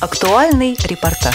Актуальный репортаж.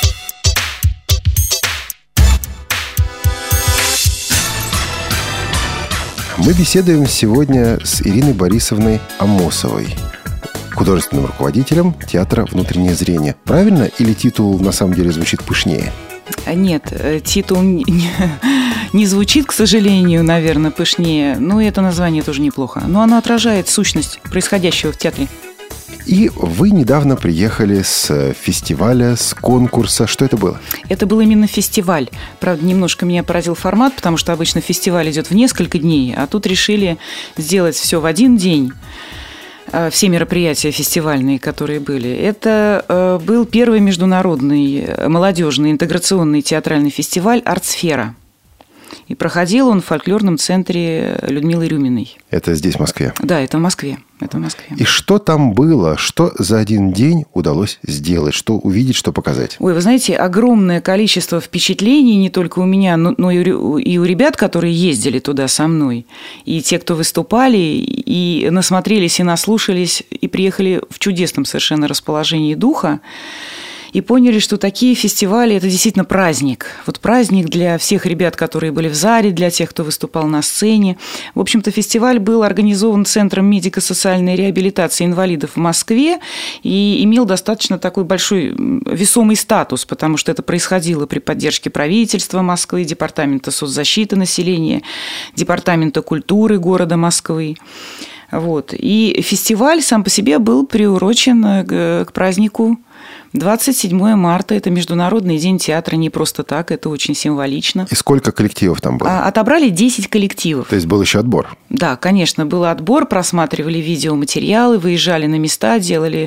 Мы беседуем сегодня с Ириной Борисовной Амосовой, художественным руководителем театра «Внутреннее зрение». Правильно? Или титул на самом деле звучит пышнее? Нет, титул не звучит, к сожалению, наверное, пышнее. Но это название тоже неплохо. Но оно отражает сущность происходящего в театре. И вы недавно приехали с фестиваля, с конкурса. Что это было? Это был именно фестиваль. Правда, немножко меня поразил формат, потому что обычно фестиваль идет в несколько дней, а тут решили сделать все в один день. Все мероприятия фестивальные, которые были. Это был первый международный молодежный интеграционный театральный фестиваль «Артсфера». И проходил он в фольклорном центре Людмилы Рюминой. Это здесь, в Москве? Да, это в Москве. И что там было? Что за один день удалось сделать? Что увидеть, что показать? Ой, вы знаете, огромное количество впечатлений не только у меня, но и у ребят, которые ездили туда со мной. И те, кто выступали, и насмотрелись, и наслушались, и приехали в чудесном совершенно расположении духа. И поняли, что такие фестивали – это действительно праздник. Вот праздник для всех ребят, которые были в зале, для тех, кто выступал на сцене. В общем-то, фестиваль был организован Центром медико-социальной реабилитации инвалидов в Москве и имел достаточно такой большой весомый статус, потому что это происходило при поддержке правительства Москвы, Департамента соцзащиты населения, Департамента культуры города Москвы. Вот. И фестиваль сам по себе был приурочен к празднику 27 марта. Это Международный день театра, не просто так, это очень символично. И сколько коллективов там было? Отобрали 10 коллективов. То есть был еще отбор? Да, конечно, был отбор, просматривали видеоматериалы, выезжали на места,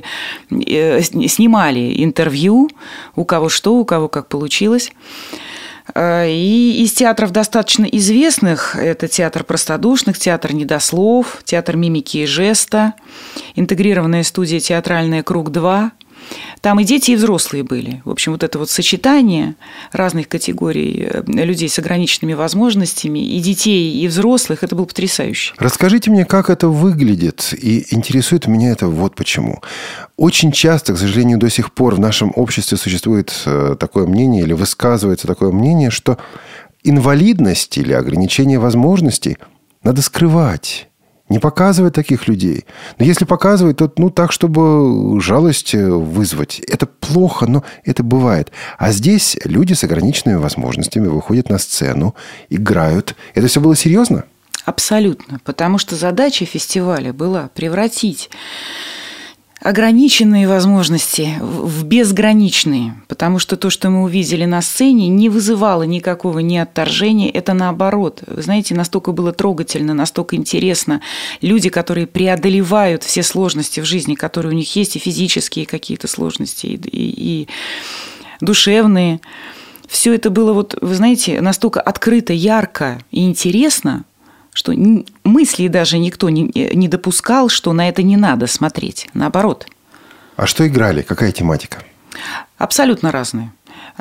снимали интервью, у кого что, у кого как получилось. И из театров достаточно известных – это театр простодушных, театр недослов, театр мимики и жеста, интегрированная студия театральная «Круг-2». Там и дети, и взрослые были. В общем, вот это вот сочетание разных категорий людей с ограниченными возможностями, и детей, и взрослых, это было потрясающе. Расскажите мне, как это выглядит, и интересует меня это вот почему. Очень часто, к сожалению, до сих пор в нашем обществе существует такое мнение, или высказывается такое мнение, что инвалидность или ограничение возможностей надо скрывать. Не показывать таких людей. Но если показывать, то так, чтобы жалость вызвать. Это плохо, но это бывает. А здесь люди с ограниченными возможностями выходят на сцену, играют. Это все было серьезно? Абсолютно. Потому что задача фестиваля была превратить ограниченные возможности в безграничные, потому что то, что мы увидели на сцене, не вызывало никакого ни отторжения, это наоборот. Вы знаете, настолько было трогательно, настолько интересно. Люди, которые преодолевают все сложности в жизни, которые у них есть, и физические какие-то сложности, и душевные. Все это было, вы знаете, настолько открыто, ярко и интересно, что мысли даже никто не допускал, что на это не надо смотреть. Наоборот. А что играли? Какая тематика? Абсолютно разные.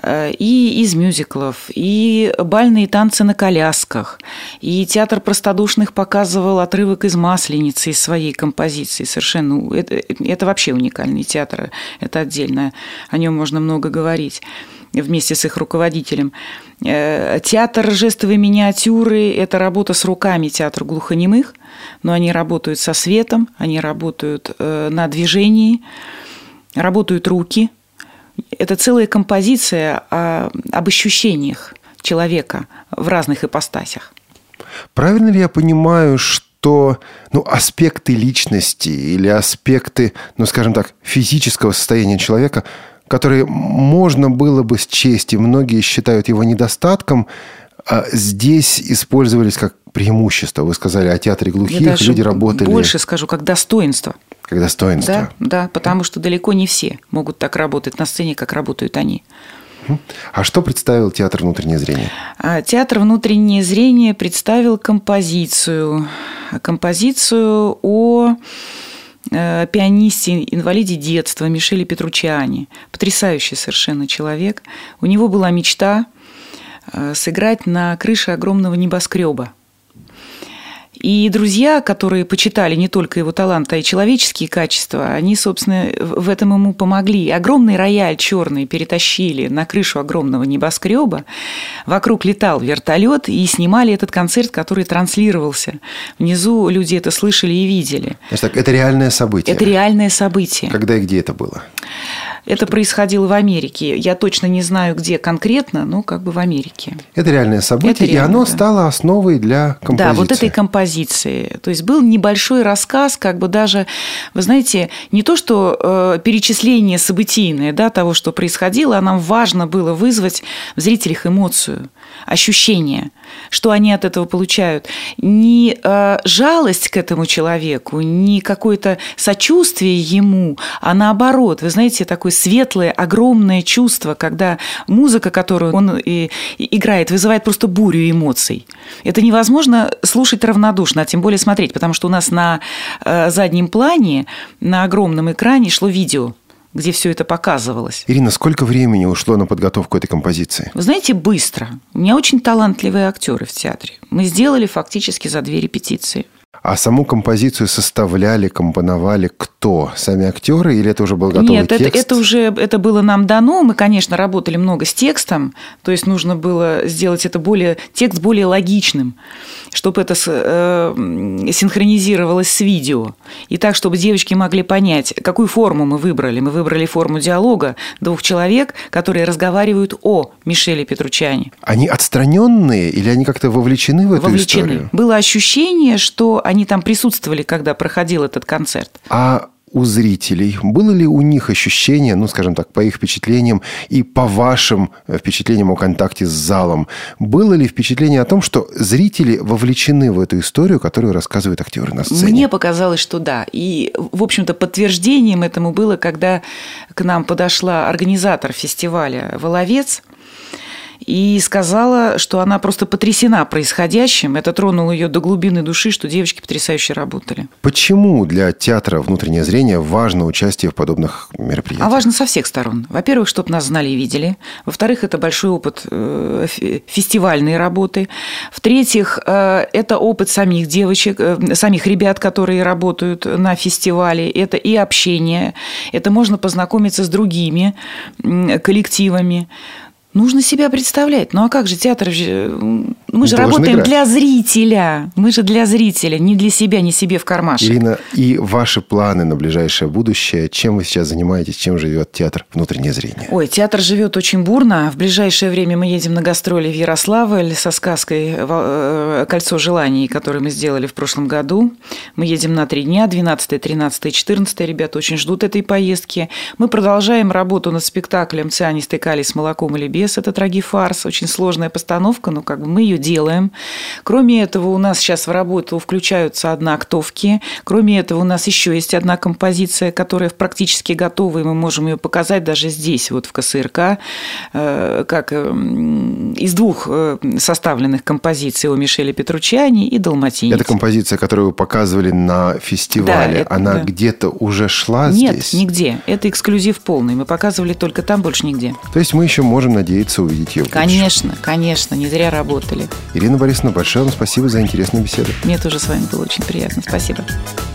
И из мюзиклов, и бальные танцы на колясках, и театр простодушных показывал отрывок из «Масленицы», из своей композиции. Совершенно. Это вообще уникальный театр. Это отдельно. О нем можно много говорить вместе с их руководителем. Театр жестовой миниатюры – это работа с руками, театр глухонемых, но они работают со светом, они работают на движении, работают руки. Это целая композиция об ощущениях человека в разных ипостасях. Правильно ли я понимаю, что аспекты личности или аспекты, скажем так, физического состояния человека, которые можно было бы счесть, и многие считают его недостатком, здесь использовались как преимущество? Вы сказали о театре глухих, люди работали... Больше скажу, как достоинство. Как достоинство. Да, потому что далеко не все могут так работать на сцене, как работают они. А что представил театр «Внутреннее зрение»? Театр «Внутреннее зрение» представил композицию о пианисте, инвалиде детства Мишеле Петруччиани. Потрясающий совершенно человек. У него была мечта сыграть на крыше огромного небоскреба. И друзья, которые почитали не только его талант, а и человеческие качества, они, собственно, в этом ему помогли. Огромный рояль черный перетащили на крышу огромного небоскреба. Вокруг летал вертолет, и снимали этот концерт, который транслировался. Внизу люди это слышали и видели. Значит, так, это реальное событие? Это реальное событие. Когда и где это было? Это происходило в Америке. Я точно не знаю, где конкретно, но как бы в Америке. Это реальное событие, и оно стало основой для композиции. Да, вот этой композиции. То есть был небольшой рассказ, как бы даже, вы знаете, не то, что перечисление событийное, да, того, что происходило, а нам важно было вызвать в зрителях эмоцию, ощущение, что они от этого получают. Не жалость к этому человеку, не какое-то сочувствие ему, а наоборот, вы знаете, такое светлое, огромное чувство, когда музыка, которую он играет, вызывает просто бурю эмоций. Это невозможно слушать равнодушно, а тем более смотреть, потому что у нас на заднем плане, на огромном экране шло видео, где все это показывалось. Ирина, сколько времени ушло на подготовку этой композиции? Вы знаете, быстро. У меня очень талантливые актеры в театре. Мы сделали фактически за 2 репетиции. А саму композицию составляли, компоновали кто? Сами актеры или это уже был готовый текст? Нет, это было нам дано. Мы, конечно, работали много с текстом, то есть нужно было сделать текст более логичным, чтобы это синхронизировалось с видео. И так, чтобы девочки могли понять, какую форму мы выбрали. Мы выбрали форму диалога 2 человек, которые разговаривают о Мишеле Петруччиани. Они отстраненные или они как-то вовлечены в эту историю? Было ощущение, что они там присутствовали, когда проходил этот концерт. А у зрителей было ли у них ощущение, ну, скажем так, по их впечатлениям и по вашим впечатлениям о контакте с залом, было ли впечатление о том, что зрители вовлечены в эту историю, которую рассказывают актеры на сцене? Мне показалось, что да. И, в общем-то, подтверждением этому было, когда к нам подошла организатор фестиваля «Воловец», и сказала, что она просто потрясена происходящим. Это тронуло ее до глубины души, что девочки потрясающе работали. Почему для театра «Внутреннее зрение» важно участие в подобных мероприятиях? А важно со всех сторон. Во-первых, чтобы нас знали и видели. Во-вторых, это большой опыт фестивальной работы. В-третьих, это опыт самих девочек, самих ребят, которые работают на фестивале. Это и общение. Это можно познакомиться с другими коллективами. Нужно себя представлять. Ну а как же театр? Мы же работаем играть для зрителя. Мы же для зрителя, не для себя, не себе в кармашек. Ирина, и ваши планы на ближайшее будущее? Чем вы сейчас занимаетесь? Чем живет театр «Внутреннее зрение»? Ой, театр живет очень бурно. В ближайшее время мы едем на гастроли в Ярославль со сказкой «Кольцо желаний», которую мы сделали в прошлом году. Мы едем на 3 дня, 12, 13, 14. Ребята очень ждут этой поездки. Мы продолжаем работу над спектаклем «Цианистый калий с молоком или без». Это трагифарс. Очень сложная постановка, но как бы мы ее делаем. Кроме этого, у нас сейчас в работу включаются одноактовки. Кроме этого, у нас еще есть одна композиция, которая практически готова, и мы можем ее показать даже здесь, вот в КСРК, как из 2 составленных композиций о Мишеле Петруччиани и «Далматинец». Это композиция, которую вы показывали на фестивале. Да, она где-то уже шла здесь? Нет, нигде. Это эксклюзив полный. Мы показывали только там, больше нигде. То есть мы еще можем надеяться увидеть ее в будущем? Конечно, конечно. Не зря работали. Ирина Борисовна, большое вам спасибо за интересную беседу. Мне тоже с вами было очень приятно. Спасибо.